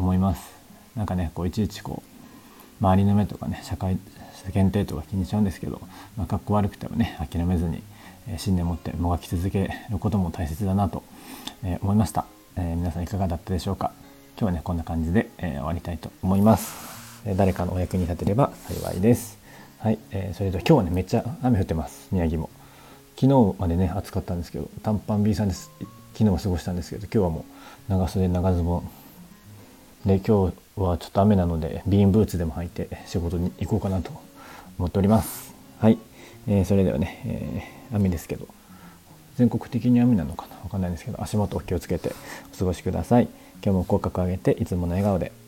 思います。なんかねこういちいちこう周りの目とかね世間体とか気にしちゃうんですけど、かっこ悪くてもね諦めずに信念を持ってもがき続けることも大切だなと思いました。皆さんいかがだったでしょうか。今日はねこんな感じで終わりたいと思います。誰かのお役に立てれば幸いです。はい、それでは今日はねめっちゃ雨降ってます。宮城も昨日までね暑かったんですけど、短パン B さんです。昨日は過ごしたんですけど、今日はもう長袖長ズボンで、今日はちょっと雨なのでビーンブーツでも履いて仕事に行こうかなと思っております。はい、それではね、雨ですけど全国的に雨なのかなわかんないんですけど、足元お気をつけてお過ごしください。今日も口角上げていつもの笑顔で。